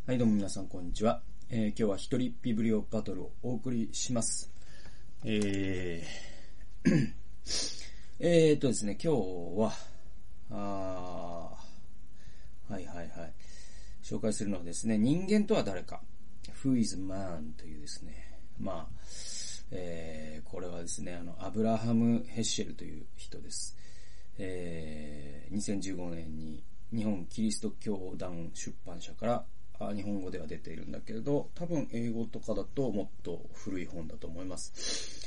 はい、どうも皆さんこんにちは。今日は一人ビブリオバトルをお送りします。ですね、今日は、紹介するのはですね、人間とは誰か、Who is Man というですね、これはですね、アブラハム・ヘッシェルという人です。2015年に日本キリスト教団出版社から日本語では出ているんだけれど、多分英語とかだともっと古い本だと思います。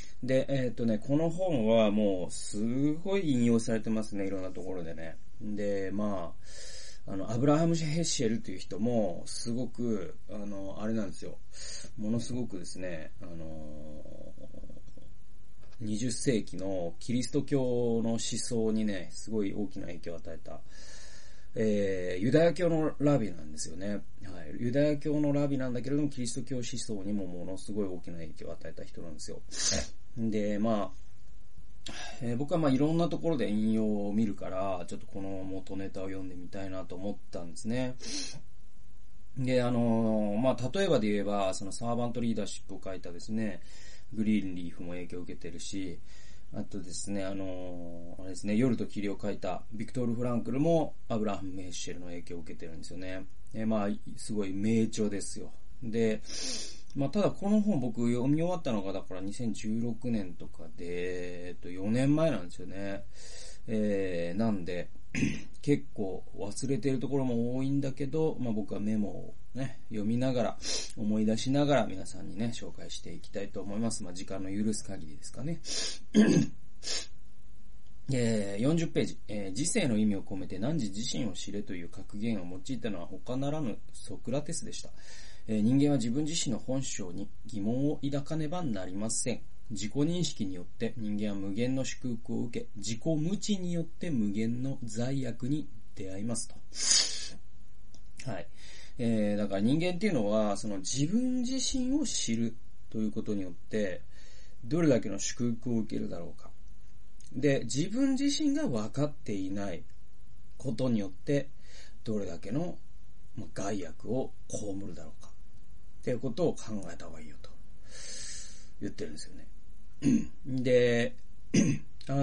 で、この本はもうすごい引用されてますね、いろんなところでね。で、アブラハム・ヘッシェルという人もすごく、あれなんですよ。ものすごくですね、20世紀のキリスト教の思想にね、すごい大きな影響を与えた、ユダヤ教のラビなんですよね。はい。ユダヤ教のラビなんだけれども、キリスト教思想にもものすごい大きな影響を与えた人なんですよ。で、僕はいろんなところで引用を見るから、ちょっとこの元ネタを読んでみたいなと思ったんですね。で、例えばで言えば、そのサーバントリーダーシップを書いたですね、グリーンリーフも影響を受けてるし、あとですね、あれですね、夜と霧を書いたビクトール・フランクルもアブラハム・ヘッシェルの影響を受けてるんですよね。すごい名著ですよ。で、ただこの本僕読み終わったのがだから2016年とかで、4年前なんですよね。なんで、結構忘れてるところも多いんだけど、僕はメモをね、読みながら、思い出しながら皆さんにね、紹介していきたいと思います。時間の許す限りですかね。40ページ、時世の意味を込めて汝自身を知れという格言を用いたのは他ならぬソクラテスでした。人間は自分自身の本性に疑問を抱かねばなりません。自己認識によって人間は無限の祝福を受け、自己無知によって無限の罪悪に出会いますと。はい。だから人間っていうのは、その自分自身を知るということによって、どれだけの祝福を受けるだろうか。で、自分自身が分かっていないことによって、どれだけの害悪を被るだろうか。っていうことを考えた方がいいよと言ってるんですよね。で、例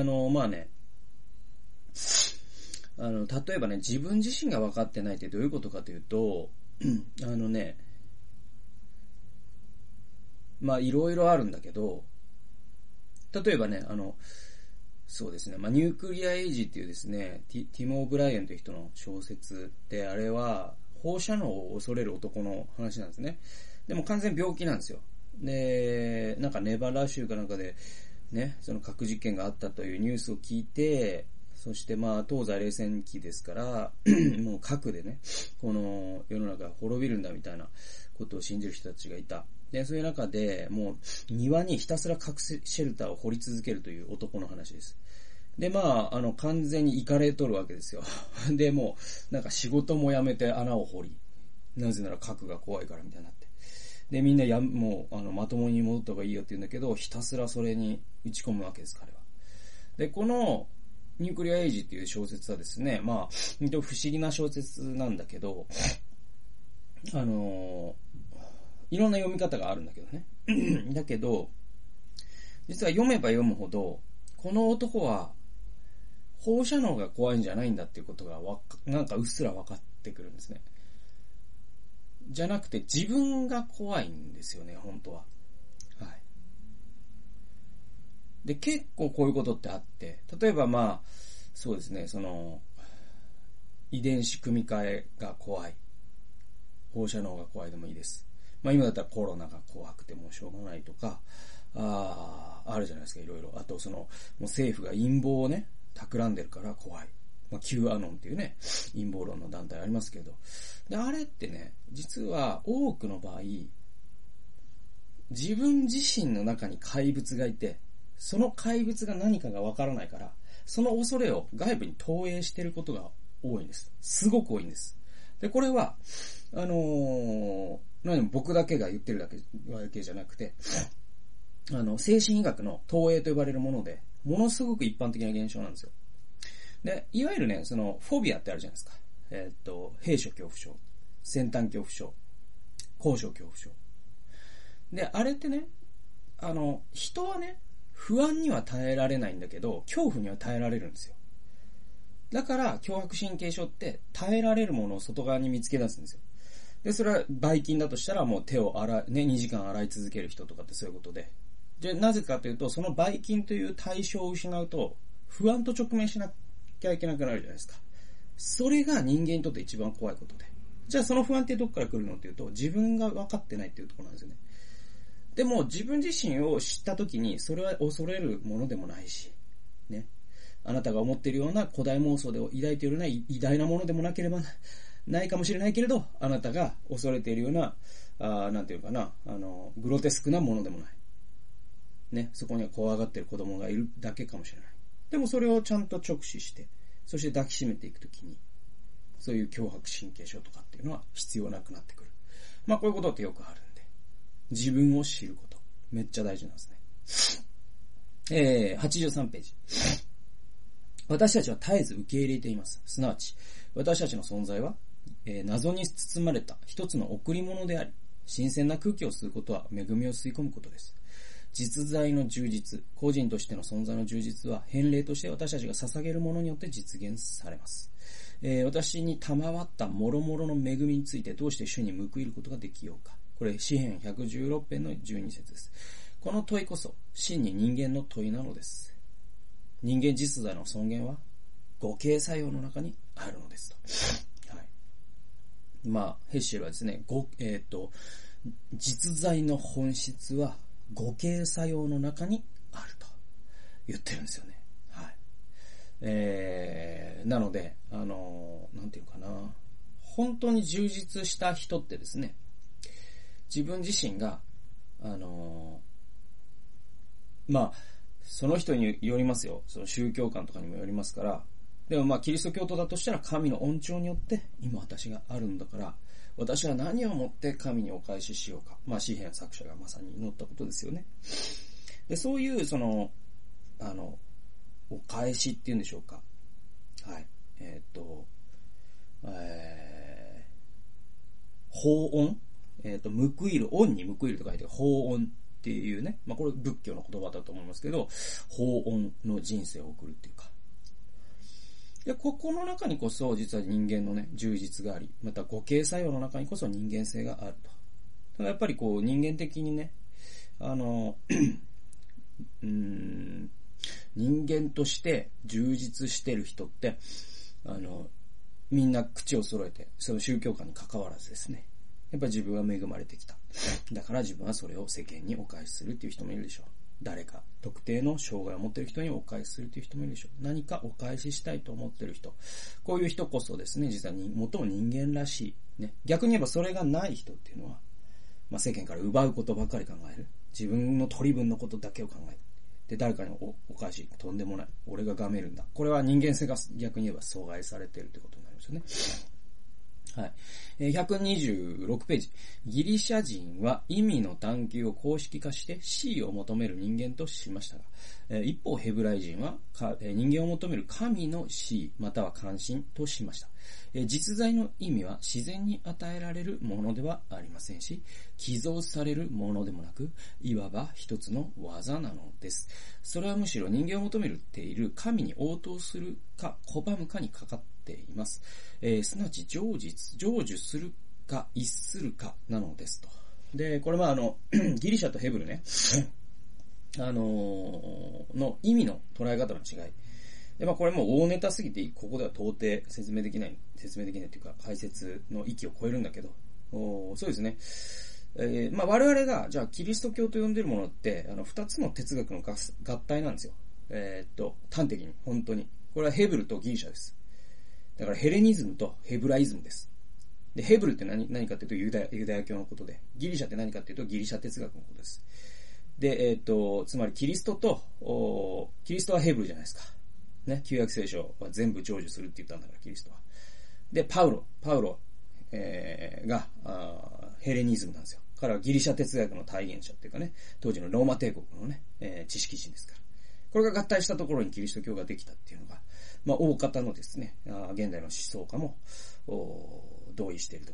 えばね、自分自身が分かってないってどういうことかというと、いろいろあるんだけど、例えばね、そうですね、ニュークリアエイジっていうですね、ティモ・オブライエンという人の小説って、あれは放射能を恐れる男の話なんですね。でも完全病気なんですよ。で、ネバダ州かなんかでね、その核実験があったというニュースを聞いて、そして東西冷戦期ですから、もう核でね、この世の中が滅びるんだみたいなことを信じる人たちがいた。で、そういう中で、もう庭にひたすら核シェルターを掘り続けるという男の話です。で、完全にイカれとるわけですよ。で、もう、仕事も辞めて穴を掘り、なぜなら核が怖いからみたいになって。で、みんなもう、まともに戻った方がいいよって言うんだけど、ひたすらそれに打ち込むわけです、彼は。で、この、ニュークリアエイジっていう小説はですね、不思議な小説なんだけど、いろんな読み方があるんだけどね。だけど、実は読めば読むほど、この男は、放射能が怖いんじゃないんだっていうことがうっすら分かってくるんですね。じゃなくて自分が怖いんですよね、本当は。はい。で、結構こういうことってあって、例えばそうですね、その、遺伝子組み換えが怖い。放射能が怖いでもいいです。今だったらコロナが怖くてもうしょうがないとか、あるじゃないですか、いろいろ。あともう政府が陰謀をね、企んでるから怖い。Q アノンっていうね、陰謀論の団体ありますけど。で、あれってね、実は多くの場合、自分自身の中に怪物がいて、その怪物が何かがわからないから、その恐れを外部に投影していることが多いんです。すごく多いんです。で、これは、僕だけが言ってるわけじゃなくて、精神医学の投影と呼ばれるもので、ものすごく一般的な現象なんですよ。で、いわゆるね、その、フォビアってあるじゃないですか。閉所恐怖症、先端恐怖症、 高所恐怖症。で、あれってね、人はね、不安には耐えられないんだけど、恐怖には耐えられるんですよ。だから、強迫神経症って耐えられるものを外側に見つけ出すんですよ。で、それは、ばい菌だとしたらもう手を2時間洗い続ける人とかってそういうことで。で、なぜかというと、そのばい菌という対象を失うと、不安と直面しなきゃいけなくなるじゃないですか。それが人間にとって一番怖いことで。じゃあその不安ってどこから来るのっていうと、自分が分かってないっていうところなんですよね。でも自分自身を知ったときに、それは恐れるものでもないし、ね。あなたが思っているような古代妄想で抱いているような偉大なものでもなければないかもしれないけれど、あなたが恐れているような、なんていうかな、グロテスクなものでもない。ね。そこには怖がっている子供がいるだけかもしれない。でもそれをちゃんと直視して、そして抱きしめていくときに、そういう強迫神経症とかっていうのは必要なくなってくる。まあこういうことってよくあるんで、自分を知ること。めっちゃ大事なんですね。83ページ。私たちは絶えず受け入れています。すなわち、私たちの存在は、謎に包まれた一つの贈り物であり、新鮮な空気を吸うことは恵みを吸い込むことです。実在の充実、個人としての存在の充実は、返礼として私たちが捧げるものによって実現されます。私に賜った諸々の恵みについてどうして主に報いることができようか。これ、詩編116編の12節です。この問いこそ、真に人間の問いなのです。人間実在の尊厳は、互恵作用の中にあるのですと。はい。まあ、ヘッシェルはですね、実在の本質は、互恵作用の中にあると言ってるんですよね。はい。なので、なんていうかな。本当に充実した人ってですね、自分自身が、まあ、その人によりますよ。その宗教観とかにもよりますから。でもまあ、キリスト教徒だとしたら神の恩寵によって今私があるんだから、私は何をもって神にお返ししようか。まあ、詩編作者がまさに祈ったことですよね。で、そういう、お返しっていうんでしょうか。はい。報恩報いる、恩に報いると書いて、報恩っていうね。まあ、これ仏教の言葉だと思いますけど、報恩の人生を送るっていうか。で、ここの中にこそ、実は人間のね、充実があり、また互恵作用の中にこそ人間性があると。ただやっぱりこう、人間的にね、人間として充実してる人って、みんな口を揃えて、その宗教観に関わらずですね、やっぱり自分は恵まれてきた。だから自分はそれを世間にお返しするっていう人もいるでしょう。誰か特定の障害を持っている人にお返しするという人もいるでしょう。何かお返ししたいと思っている人。こういう人こそですね、実は最も人間らしい。ね。逆に言えばそれがない人っていうのは、まあ、世間から奪うことばかり考える。自分の取り分のことだけを考える。で、誰かにお返し、とんでもない。俺ががめるんだ。これは人間性が逆に言えば阻害されているということになりますよね。はい。126ページ。ギリシャ人は意味の探求を公式化して死を求める人間としましたが、一方ヘブライ人は人間を求める神の死または関心としました。実在の意味は自然に与えられるものではありませんし、寄贈されるものでもなく、いわば一つの技なのです。それはむしろ人間を求めている神に応答するか拒むかにかかっています。すなわち成就するか逸するかなのですと。で、これはギリシャとヘブルね、の意味の捉え方の違い。で、まあこれもう大ネタすぎて、ここでは到底説明できないというか、解説の域を超えるんだけど、そうですね。まあ我々が、じゃあキリスト教と呼んでいるものって、二つの哲学の合体なんですよ。端的に、本当に。これはヘブルとギリシャです。だからヘレニズムとヘブライズムです。で、ヘブルって何かっていうとユダヤ教のことで、ギリシャって何かっていうとギリシャ哲学のことです。で、つまりキリストはヘブルじゃないですか。ね、旧約聖書は全部成就するって言ったんだから、キリストは。で、パウロ、がヘレニズムなんですよ。彼はギリシャ哲学の体現者っていうかね、当時のローマ帝国のね、知識人ですから。これが合体したところにキリスト教ができたっていうのが、まあ、大方のですね、現代の思想家も同意しているところで、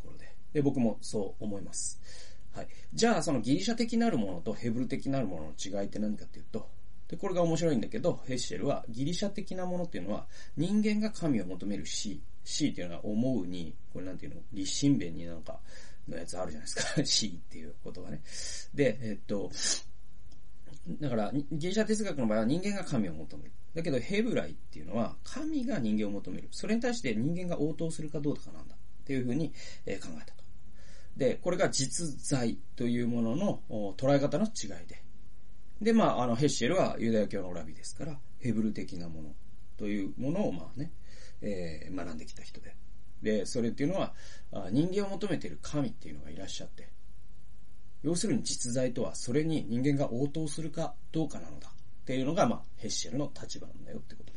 で、僕もそう思います。はい。じゃあ、そのギリシャ的なるものとヘブル的なるものの違いって何かっていうと、で、これが面白いんだけど、ヘッシェルはギリシャ的なものっていうのは人間が神を求めるCっていうのは思うに、これなんていうの、立身弁になんかのやつあるじゃないですか。C っていうことがね。で、だから、ギリシャ哲学の場合は人間が神を求める。だけど、ヘブライっていうのは神が人間を求める。それに対して人間が応答するかどうかなんだ。っていうふうに考えたと。で、これが実在というものの捉え方の違いで。で、まあ、ヘッシェルはユダヤ教のラビですから、ヘブル的なものというものをまあね、学んできた人で。で、それっていうのは、人間を求めている神っていうのがいらっしゃって、要するに実在とはそれに人間が応答するかどうかなのだっていうのが、まあ、ヘッシェルの立場なんだよってことです。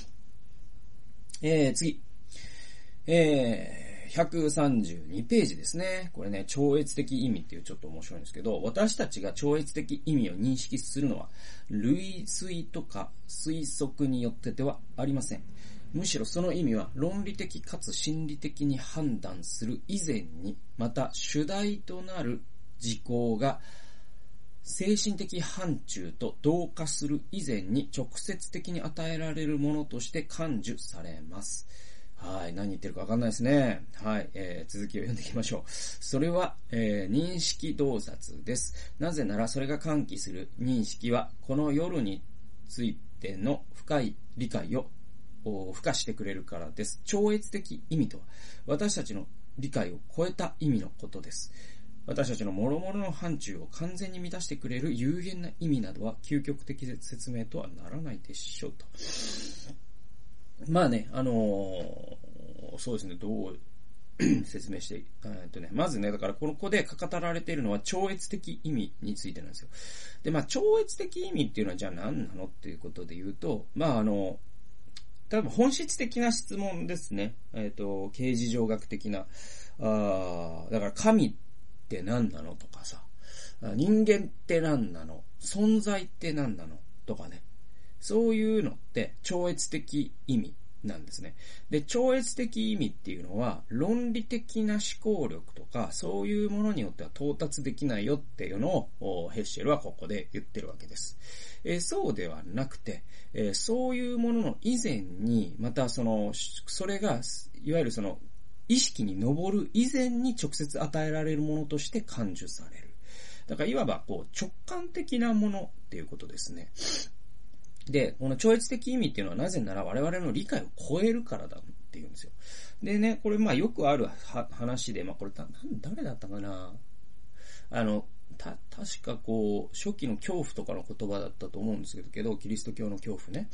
次。132ページですね。これね、超越的意味っていうちょっと面白いんですけど、私たちが超越的意味を認識するのは、類推とか推測によってではありません。むしろその意味は論理的かつ心理的に判断する以前に、また主題となる事項が精神的範疇と同化する以前に直接的に与えられるものとして感受されます。はい。何言ってるか分かんないですね。はい。続きを読んでいきましょう。それは、認識洞察です。なぜならそれが喚起する認識は、この夜についての深い理解を付加してくれるからです。超越的意味とは、私たちの理解を超えた意味のことです。私たちの諸々の範疇を完全に満たしてくれる有限な意味などは、究極的説明とはならないでしょうと。まあね、そうですね、どう説明して、まずね、だからここで語られているのは超越的意味についてなんですよ。で、まあ、超越的意味っていうのはじゃあ何なのっていうことで言うと、まあ例えば本質的な質問ですね。形而上学的な、だから神って何なのとかさ、人間って何なの、存在って何なのとかね。そういうのって超越的意味なんですね。で、超越的意味っていうのは論理的な思考力とかそういうものによっては到達できないよっていうのをヘッシェルはここで言ってるわけです。そうではなくて、そういうものの以前にまたそれがいわゆるその意識に上る以前に直接与えられるものとして感受される。だからいわば直感的なものっていうことですね。で、この超越的意味っていうのはなぜなら我々の理解を超えるからだっていうんですよ。でね、これまあよくある話で、まあこれ誰だったかな、確か初期の恐怖とかの言葉だったと思うんですけど、キリスト教の恐怖ね。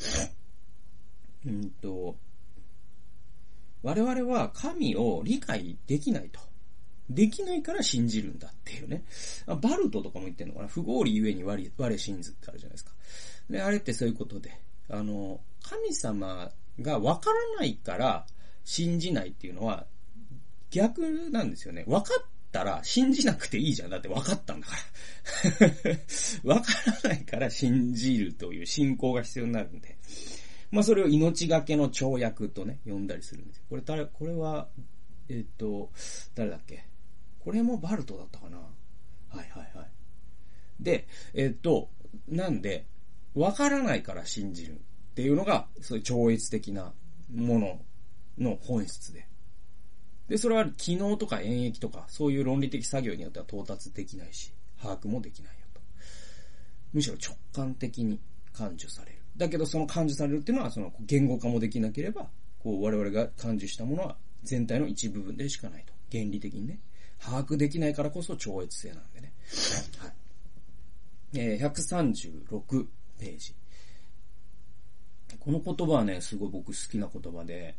我々は神を理解できないと。できないから信じるんだっていうね。バルトとかも言ってんのかな。不合理ゆえに我信ずってあるじゃないですか。で、あれってそういうことで、神様が分からないから信じないっていうのは逆なんですよね。分かったら信じなくていいじゃん。だって分かったんだから。分からないから信じるという信仰が必要になるんで。まあそれを命がけの跳躍とね、呼んだりするんですよ。これは、誰だっけ？これもバルトだったかな？はい。で、なんで、わからないから信じるっていうのが、そういう超越的なものの本質で。で、それは機能とか演繹とか、そういう論理的作業によっては到達できないし、把握もできないよと。むしろ直感的に感受される。だけどその感受されるっていうのは、言語化もできなければ、我々が感受したものは全体の一部分でしかないと。原理的にね。把握できないからこそ超越性なんでね。はい。136ページ。この言葉はね、すごい僕好きな言葉で、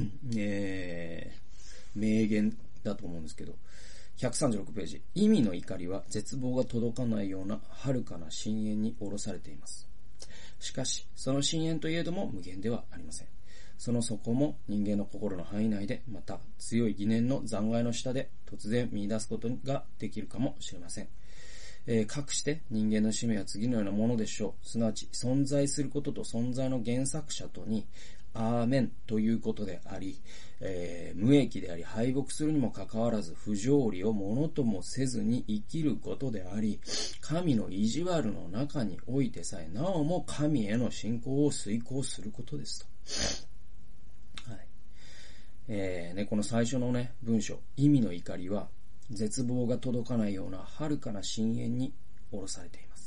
名言だと思うんですけど、136ページ。意味の怒りは絶望が届かないような遥かな深淵に下ろされています。しかし、その深淵といえども無限ではありません。その底も人間の心の範囲内で、また強い疑念の残骸の下で突然見出すことができるかもしれません。かくして人間の使命は次のようなものでしょう。すなわち存在することと存在の原作者とにアーメンということであり、無益であり敗北するにもかかわらず不条理をものともせずに生きることであり、神の意地悪の中においてさえなおも神への信仰を遂行することですと。はい。この最初のね、文章、意味の怒りは絶望が届かないような遥かな深淵に下ろされています。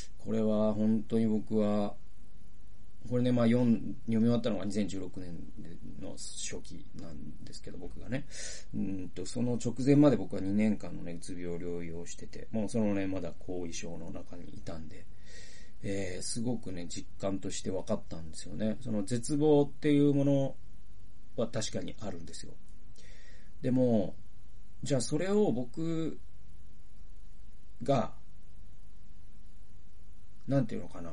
これは本当に僕はこれね、読み終わったのが2016年の初期なんですけど、僕がね。その直前まで僕は2年間のね、うつ病療養してて、もうそのね、まだ後遺症の中にいたんで、すごくね、実感として分かったんですよね。その絶望っていうものは確かにあるんですよ。でも、じゃあそれを僕が、なんていうのかな。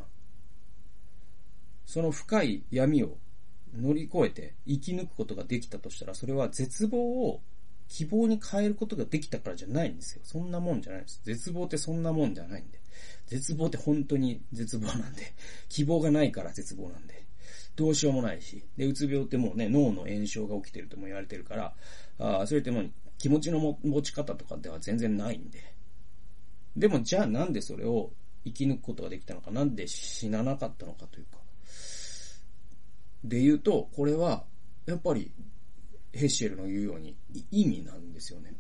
その深い闇を乗り越えて生き抜くことができたとしたら、それは絶望を希望に変えることができたからじゃないんですよ。そんなもんじゃないです。絶望ってそんなもんじゃないんで。絶望って本当に絶望なんで。希望がないから絶望なんで。どうしようもないし。で、うつ病ってもうね、脳の炎症が起きてるとも言われてるから、それってもう気持ちの持ち方とかでは全然ないんで。でもじゃあなんでそれを生き抜くことができたのか、なんで死ななかったのかというか。で言うと、これは、やっぱり、ヘッシェルの言うように、意味なんですよね。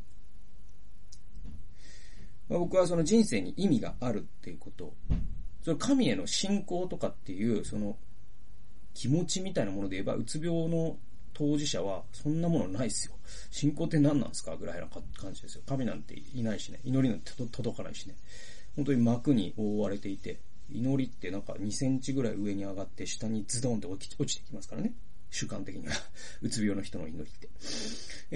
僕はその人生に意味があるっていうこと、その神への信仰とかっていう、その、気持ちみたいなもので言えば、うつ病の当事者は、そんなものないですよ。信仰って何なんですかぐらいな感じですよ。神なんていないしね。祈りなんて届かないしね。本当に膜に覆われていて、祈りってなんか2センチぐらい上に上がって下にズドンと落ちてきますからね。主観的には。うつ病の人の祈りって。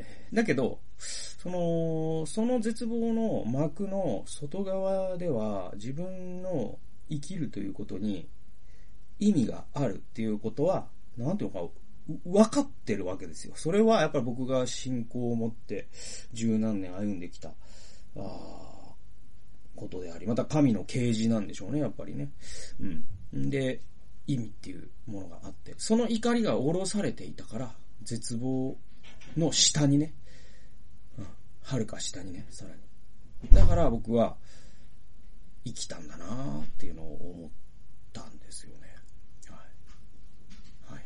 だけど、その絶望の膜の外側では自分の生きるということに意味があるっていうことは、なんていうのか、分かってるわけですよ。それはやっぱり僕が信仰を持って十何年歩んできた、ことであり、また神の啓示なんでしょうね、やっぱりね。で、意味っていうものがあって、その怒りが下ろされていたから、絶望の下にね、遥か下にね、さらに。だから僕は、生きたんだなーっていうのを思ったんですよね。はい。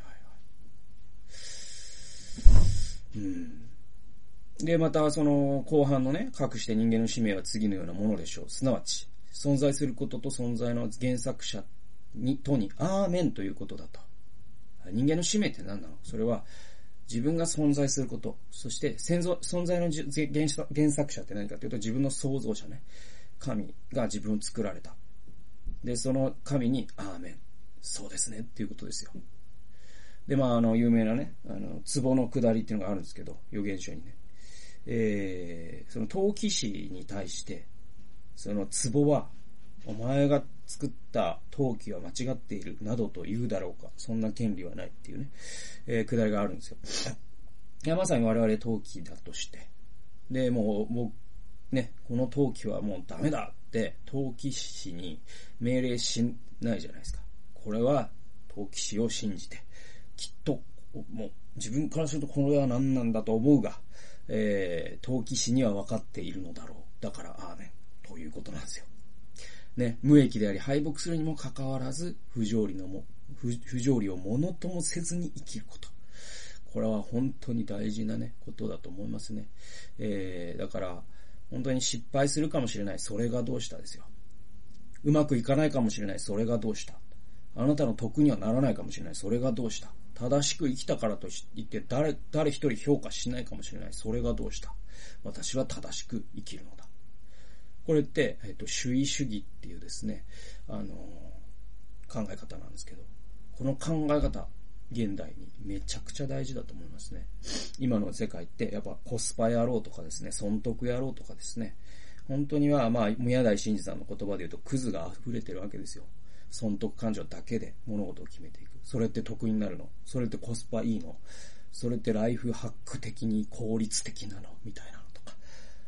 で、またその後半のね、かくして人間の使命は次のようなものでしょう。すなわち、存在することと存在の原作者に、アーメンということだと。人間の使命って何なの？それは、自分が存在すること、そして存在の原作者って何かというと、自分の創造者ね。神が自分を作られた。で、その神に、アーメン。そうですねっていうことですよ。で、有名なね、壺の下りっていうのがあるんですけど、預言書にね。その陶器師に対して、その壺は、お前が作った陶器は間違っている、などと言うだろうか。そんな権利はないっていうね、下りがあるんですよ。いや、まさに我々陶器だとして。で、もうね、この陶器はもうダメだって、陶器師に命令しないじゃないですか。これは、陶器師を信じて、きっと、もう自分からするとこれは何なんだと思うが、陶器師には分かっているのだろう。だからアーメンということなんですよ。ね、無益であり敗北するにもかかわらず不条理をものともせずに生きること。これは本当に大事なねことだと思いますね。だから本当に失敗するかもしれない。それがどうしたですよ。うまくいかないかもしれない。それがどうした。あなたの得にはならないかもしれない。それがどうした。正しく生きたからと言って誰一人評価しないかもしれない。それがどうした。私は正しく生きるのだ。これって、主義主義っていうですね、考え方なんですけど、この考え方、現代にめちゃくちゃ大事だと思いますね。今の世界ってやっぱコスパ野郎とかですね、損得野郎とかですね、本当には宮台真司さんの言葉で言うとクズが溢れてるわけですよ。損得感情だけで物事を決めていく。それって得になるの？それってコスパいいの？それってライフハック的に効率的なの？みたいなのとか。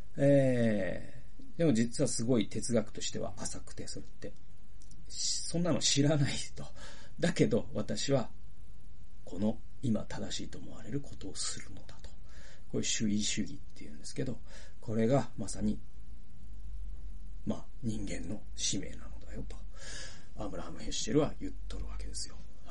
でも実はすごい哲学としては浅くて、それって。そんなの知らないと。 だけど私はこの今正しいと思われることをするのだと。これ主義主義っていうんですけど、これがまさに人間の使命なのだよとアブラハム・ヘッシェルは言っとるわけですよ。はい。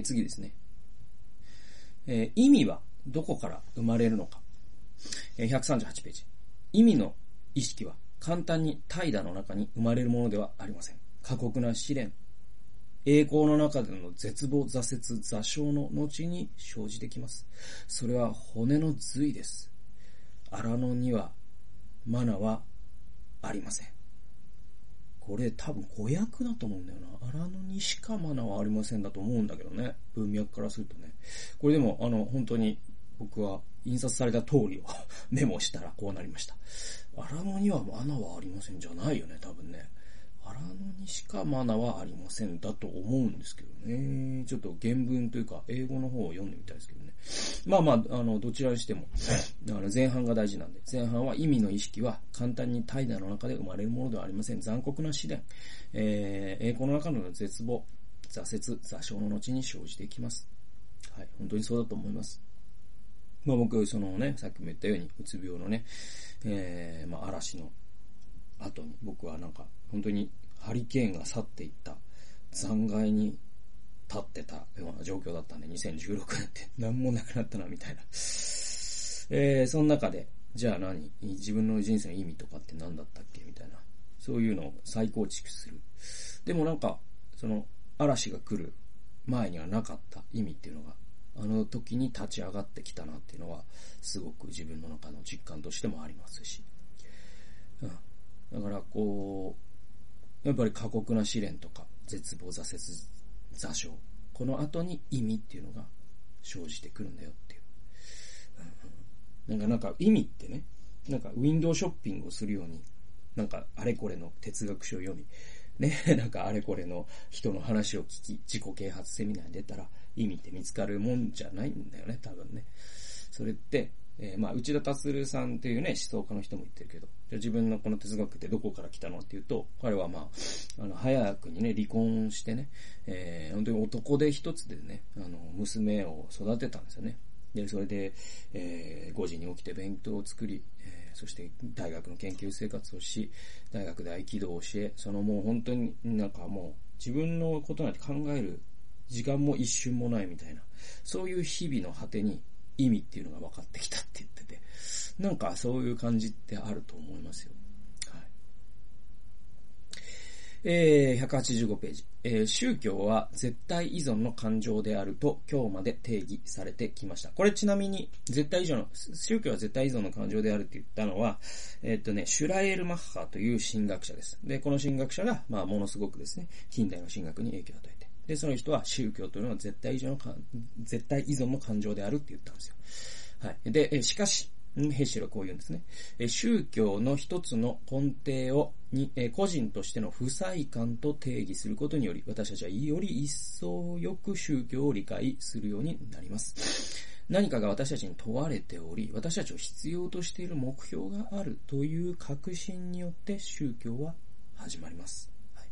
次ですね。意味はどこから生まれるのか。138ページ。意味の意識は簡単に怠惰の中に生まれるものではありません。過酷な試練、栄光の中での絶望、挫折、挫傷の後に生じてきます。それは骨の髄です。荒野にはマナはありません。これ多分語訳だと思うんだよな。荒野にしかマナはありませんだと思うんだけどね。文脈からするとね。これでも本当に僕は印刷された通りをメモしたらこうなりました。荒野にはマナはありませんじゃないよね、多分ね。荒野にしかマナはありませんだと思うんですけどね。ちょっと原文というか英語の方を読んでみたいですけどね。どちらにしても前半が大事なんで、前半は意味の意識は簡単に怠惰の中で生まれるものではありません。残酷な試練、栄光の中の絶望、挫折、挫傷の後に生じてきます。はい、本当にそうだと思います。僕さっきも言ったようにうつ病のね、嵐の後に僕は本当にハリケーンが去っていった残骸に立ってたような状況だったんで、2016年って何もなくなったなみたいな。その中でじゃあ自分の人生の意味とかって何だったっけみたいな、そういうのを再構築する。でも嵐が来る前にはなかった意味っていうのがあの時に立ち上がってきたなっていうのはすごく自分の中の実感としてもありますし、だからやっぱり過酷な試練とか絶望、挫折、挫傷、この後に意味っていうのが生じてくるんだよっていう、意味ってね、ウィンドウショッピングをするようにあれこれの哲学書を読みね、あれこれの人の話を聞き、自己啓発セミナーに出たら意味って見つかるもんじゃないんだよね、多分ね。それって内田達さんっていうね、思想家の人も言ってるけど、じゃあ自分のこの哲学ってどこから来たのっていうと、彼は早くにね、離婚してね、本当に男手一つでね、娘を育てたんですよね。で、それで、5時に起きて弁当を作り、そして大学の研究生活をし、大学で合気道を教え、もう本当にもう自分のことなんて考える時間も一瞬もないみたいな、そういう日々の果てに意味っていうのが分かってきたって言ってて、そういう感じってあると思いますよ。はい。185ページ。宗教は絶対依存の感情であると今日まで定義されてきました。これちなみに宗教は絶対依存の感情であるって言ったのは、シュラエルマッハという神学者です。で、この神学者がものすごくですね、近代の神学に影響を与えて、で、その人は宗教というのは絶対依存の感情であるって言ったんですよ。はい。で、しかし、ヘッシェルはこう言うんですね。宗教の一つの根底を個人としての不細感と定義することにより、私たちはより一層よく宗教を理解するようになります。何かが私たちに問われており、私たちを必要としている目標があるという確信によって宗教は始まります。はい。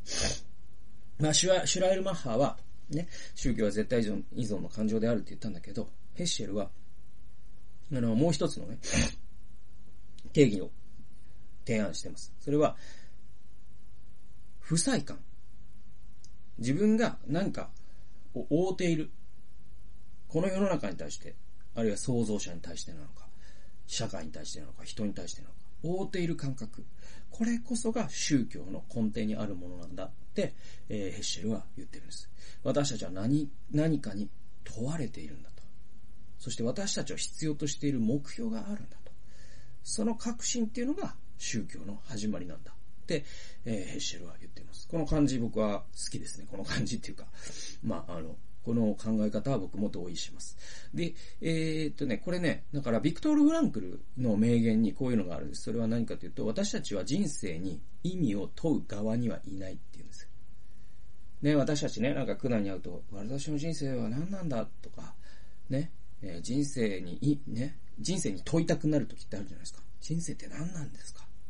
シュラエルマッハは、ね、宗教は絶対依存の感情であるって言ったんだけど、ヘッシェルは、もう一つのね、定義を提案しています。それは、不細感。自分がを覆っている。この世の中に対して、あるいは創造者に対してなのか、社会に対してなのか、人に対してなのか、覆っている感覚。これこそが宗教の根底にあるものなんだって、ヘッシェルは言ってるんです。私たちは何かに問われているんだと。そして私たちは必要としている目標があるんだと。その確信っていうのが宗教の始まりなんだって、ヘッシェルは言っています。この感じ僕は好きですね。この感じっていうか、この考え方は僕も同意します。で、これね、だからビクトール・フランクルの名言にこういうのがあるんです。それは何かというと、私たちは人生に意味を問う側にはいないっていうんですよ。ね、私たちね、苦難に遭うと、私の人生は何なんだとか、ね、人生に問いたくなる時ってあるじゃないですか。人生って何なんですか？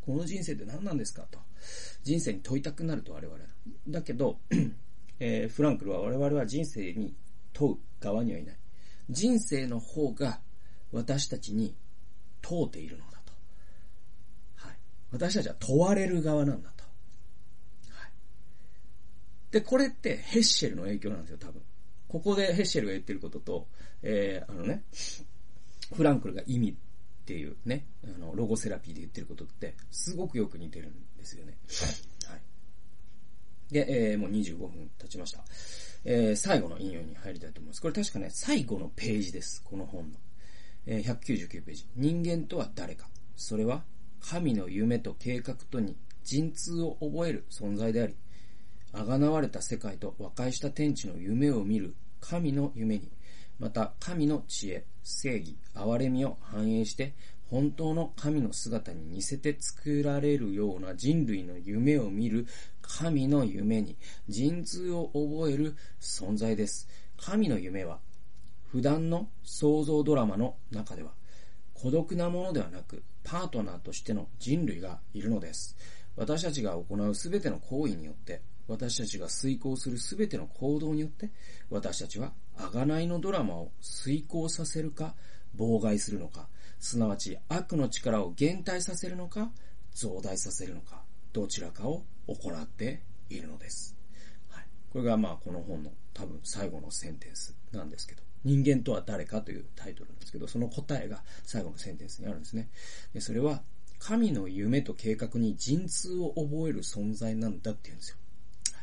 この人生って何なんですかと。人生に問いたくなると我々。だけど、フランクルは我々は人生に問う側にはいない。人生の方が私たちに問うているのだと。はい。私たちは問われる側なんだと。はい。で、これってヘッシェルの影響なんですよ、多分。ここでヘッシェルが言ってることと、フランクルが意味っていうね、ロゴセラピーで言ってることって、すごくよく似てるんですよね。はい。で、もう25分経ちました。最後の引用に入りたいと思います。これ確かね、最後のページです。この本の。199ページ。人間とは誰か。それは、神の夢と計画とに陣痛を覚える存在であり、贖われた世界と和解した天地の夢を見る神の夢に、また神の知恵、正義、憐れみを反映して、本当の神の姿に似せて作られるような人類の夢を見る神の夢に陣痛を覚える存在です。神の夢は普段の創造ドラマの中では孤独なものではなくパートナーとしての人類がいるのです。私たちが行うすべての行為によって、私たちが遂行するすべての行動によって、私たちは贖いのドラマを遂行させるか妨害するのか、すなわち悪の力を減退させるのか増大させるのか、どちらかを行っているのです。はい、これがこの本の多分最後のセンテンスなんですけど、人間とは誰かというタイトルなんですけど、その答えが最後のセンテンスにあるんですね。で、それは神の夢と計画に陣痛を覚える存在なんだって言うんですよ。はい、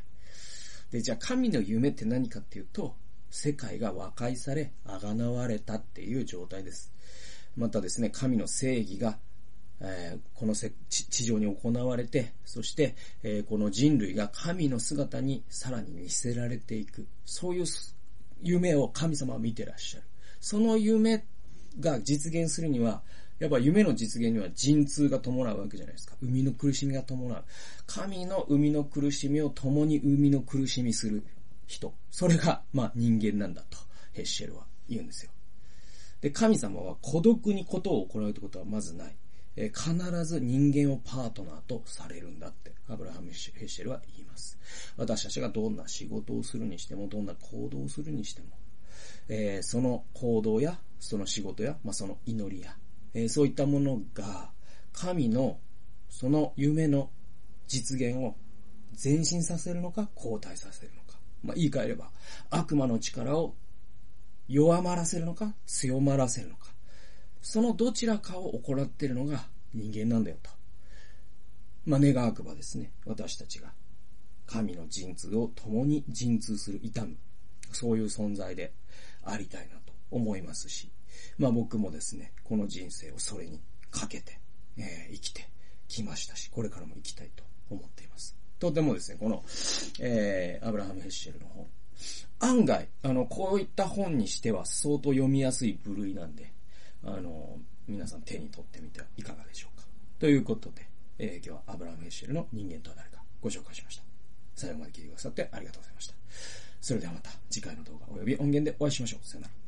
で、じゃあ神の夢って何かっていうと、世界が和解され、贖われたっていう状態です。またですね、神の正義が、この地上に行われて、そして、この人類が神の姿にさらに似せられていく。そういう夢を神様は見てらっしゃる。その夢が実現するには、やっぱ夢の実現には陣痛が伴うわけじゃないですか。生みの苦しみが伴う。神の生みの苦しみを共に生みの苦しみする人。それが、人間なんだと、ヘッシェルは言うんですよ。で、神様は孤独にことを行うということはまずない。必ず人間をパートナーとされるんだって、アブラハム・ヘッシェルは言います。私たちがどんな仕事をするにしても、どんな行動をするにしても、その行動や、その仕事や、その祈りや、そういったものが、神のその夢の実現を前進させるのか、後退させるのか。言い換えれば、悪魔の力を弱まらせるのか、強まらせるのか。そのどちらかを行っているのが人間なんだよと。願わくばですね、私たちが神の陣痛を共に陣痛する、痛む、そういう存在でありたいなと思いますし、僕もですね、この人生をそれにかけて、生きてきましたし、これからも生きたいと思っています。とてもですね、この、アブラハム・ヘッシェルの本、案外、こういった本にしては相当読みやすい部類なんで、皆さん手に取ってみてはいかがでしょうか。ということで、今日はアブラハム・ヘッシェルの人間とは誰かご紹介しました。最後まで聞いてくださってありがとうございました。それではまた次回の動画および音源でお会いしましょう。さよなら。